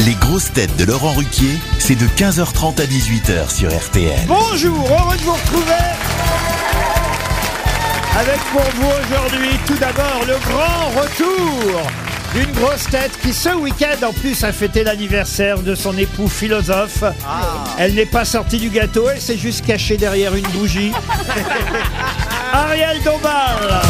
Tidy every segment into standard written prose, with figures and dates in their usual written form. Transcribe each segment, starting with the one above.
Les grosses têtes de Laurent Ruquier, c'est de 15h30 à 18h sur RTL. Bonjour, heureux de vous retrouver. Avec pour vous aujourd'hui, tout d'abord, le grand retour d'une grosse tête qui, ce week-end, en plus, a fêté l'anniversaire de son époux philosophe. Elle n'est pas sortie du gâteau, elle s'est juste cachée derrière une bougie. Ariel Dombal.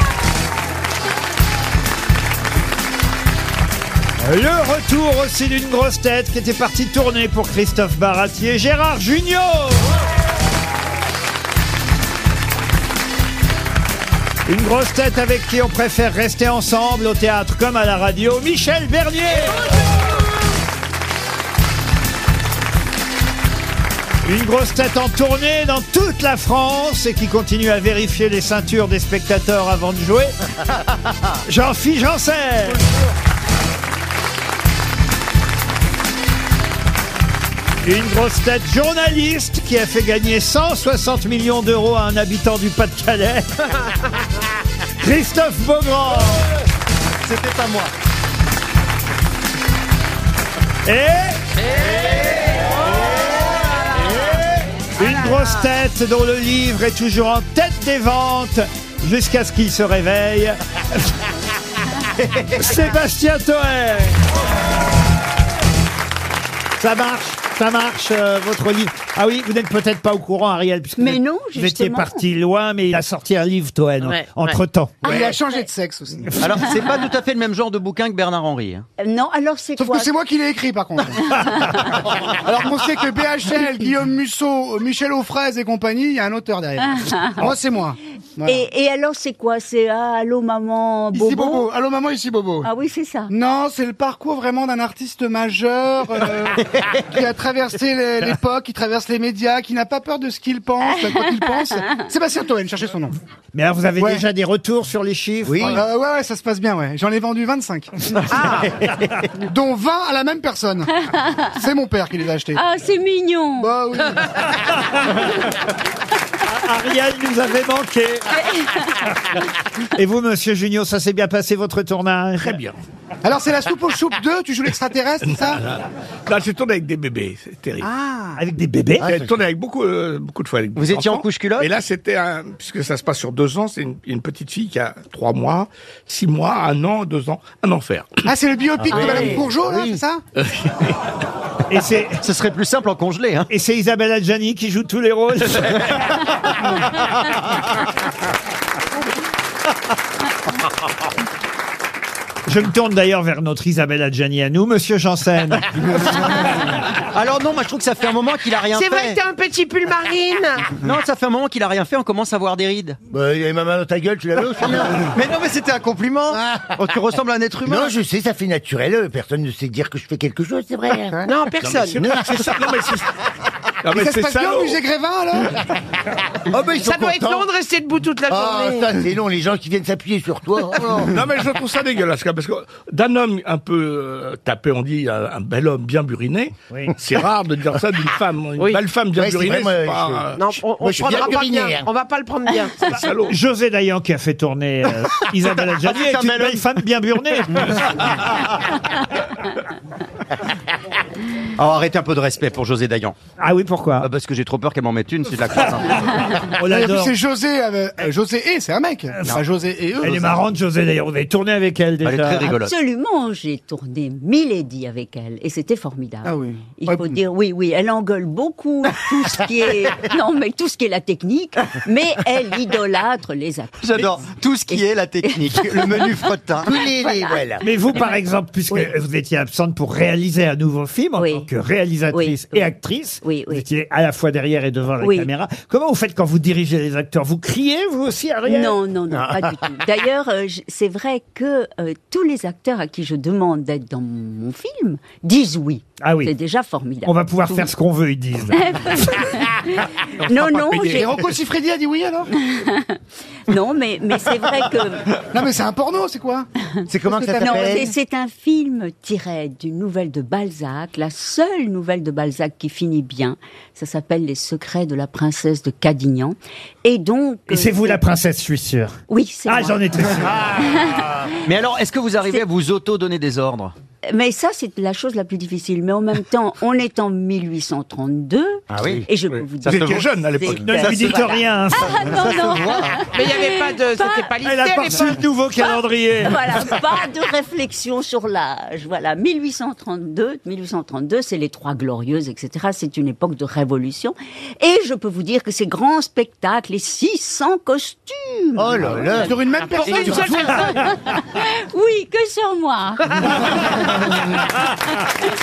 Le retour aussi d'une grosse tête qui était partie tourner pour Christophe Baratier, Gérard Junior. Une grosse tête avec qui on préfère rester ensemble au théâtre comme à la radio, Michel Bernier. Une grosse tête en tournée dans toute la France et qui continue à vérifier les ceintures des spectateurs avant de jouer, Jean-Philippe Janssen. Une grosse tête journaliste qui a fait gagner 160 millions d'euros à un habitant du Pas-de-Calais, Christophe Beaugrand. C'était pas moi. Une grosse tête dont le livre est toujours en tête des ventes jusqu'à ce qu'il se réveille, Sébastien Toer. Ça marche, votre livre. Ah oui, vous n'êtes peut-être pas au courant, Ariel, puisque mais non, vous étiez parti loin, mais il a sorti un livre, Toen, entre-temps. Ouais. Il a changé de sexe aussi. Alors, c'est pas tout à fait le même genre de bouquin que Bernard Henry. Hein. Non, alors c'est quoi? Sauf que c'est moi qui l'ai écrit, par contre. Alors qu'on sait que BHL, Guillaume Musso, Michel Aufraise et compagnie, il y a un auteur derrière. Moi, c'est moi. Voilà. Et alors, c'est quoi? C'est Allô maman Bobo? Ici Bobo. Allô maman, ici Bobo. Ah oui, c'est ça. Non, c'est le parcours vraiment d'un artiste majeur qui a traversé l'époque, qui traverse les médias, qui n'a pas peur de ce qu'il pense, quoi qu'il pense. Sébastien Toen, cherchez son nom. Mais alors, vous avez déjà des retours sur les chiffres? Oui. Ouais, ça se passe bien, ouais. J'en ai vendu 25. Dont 20 à la même personne. C'est mon père qui les a achetés. Ah, c'est mignon. Bah oui. Ariel nous avait manqué. Et vous, monsieur Junio, ça s'est bien passé votre tournage? Très bien. Alors, c'est la soupe aux choupes 2, tu joues l'extraterrestre, c'est ça? Là, j'ai tourné avec des bébés, c'est terrible. Ah. Avec des bébés? J'ai tourné avec beaucoup de fois avec Vous des étiez en enfants. couche-culotte? Et là, c'était puisque ça se passe sur 2 ans, c'est une petite fille qui a 3 mois, 6 mois, 1 an, 2 ans, un enfer. Ah, c'est le biopic de Madame Courgeot, là, c'est ça? Et c'est... Ce serait plus simple en congelé. Hein. Et c'est Isabelle Adjani qui joue tous les rôles. Je me tourne d'ailleurs vers notre Isabelle Adjani à nous, monsieur Janssen. Alors non, moi je trouve que ça fait un moment qu'il a rien fait. C'est vrai que t'as un petit pull marine. Non, ça fait un moment qu'il a rien fait, on commence à voir des rides. Bah, il y avait ma main dans ta gueule, tu l'avais aussi. Mais non, mais c'était un compliment. Oh, tu ressembles à un être humain. Non, je sais, ça fait naturel. Personne ne sait dire que je fais quelque chose, c'est vrai. Non, personne. C'est ça. Non, mais c'est... Non, mais Ça se c'est passe bien salaud. au musée Grévin, alors? Oh, bah, ils sont Ça doit être contents. long de rester debout toute la Ah, journée. ça, c'est long, les gens qui viennent s'appuyer sur toi. Oh, non. Non, mais je trouve ça dégueulasse, parce que d'un homme un peu tapé, on dit un bel homme bien buriné. Oui. C'est rare de dire ça d'une femme. Une Oui. belle femme bien Ouais, c'est burinée, vrai, c'est moi, pas... Non, on Moi, je suis prendra bien pas bien. urinaire. On va pas le prendre bien. C'est salaud. José Dayan qui a fait tourner Isabelle Adjani Ah, c'est est un une bel belle homme. femme bien burnée. Oh, arrêtez un peu de respect pour José Dayan. Ah oui, pourquoi? Parce que j'ai trop peur qu'elle m'en mette une, si je la croise. On Et puis l'adore. c'est José, José et c'est un mec. Pas José et eux. Elle est marrante, José, d'ailleurs. Vous avez tourné avec elle déjà. Elle est très rigolote. Absolument, j'ai tourné Milady avec elle et c'était formidable. Ah oui. Il Ouais. faut dire, oui, elle engueule beaucoup tout ce qui est, non, mais tout ce qui est la technique, mais elle idolâtre les acteurs. J'adore tout ce qui est la technique, le menu fretin. Voilà. Mais vous, par exemple, puisque vous étiez absente pour réaliser un nouveau film en Oui. tant que réalisatrice Oui. et actrice, Oui, vous oui. étiez à la fois derrière et devant la Oui. caméra. Comment vous faites quand vous dirigez les acteurs? Vous criez, vous aussi, Ariel? Non, pas du tout. D'ailleurs, c'est vrai que tous les acteurs à qui je demande d'être dans mon film disent oui. Ah oui. C'est déjà formidable. On va pouvoir faire ce qu'on veut, ils disent. Non, Et j'ai... Rocco Siffredi a dit oui, alors? non, mais c'est vrai que... Non, mais c'est un porno, c'est quoi? C'est comment que ça Non, s'appelle? c'est un film tiré d'une nouvelle de Balzac, la seule nouvelle de Balzac qui finit bien. Ça s'appelle Les secrets de la princesse de Cadignan. Et donc... Et c'est vous la princesse, je suis sûr. Oui, c'est Ah, moi. j'en étais sûr. Mais alors, est-ce que vous arrivez à vous auto-donner des ordres? Mais ça, c'est la chose la plus difficile. Mais en même temps, on est en 1832. Ah oui. Et je peux vous dire... Vous étiez jeune à l'époque. Ne lui dites rien. Ah, non. Mais il n'y avait pas de... C'était pas listé Elle a à pas reçu l'époque. le nouveau calendrier. Voilà, pas de réflexion sur l'âge. Voilà, 1832, c'est les Trois Glorieuses, etc. C'est une époque de révolution. Et je peux vous dire que ces grands spectacles, les 600 costumes. Oh là là. Sur une même personne. Une seule personne. Oui, que sur moi.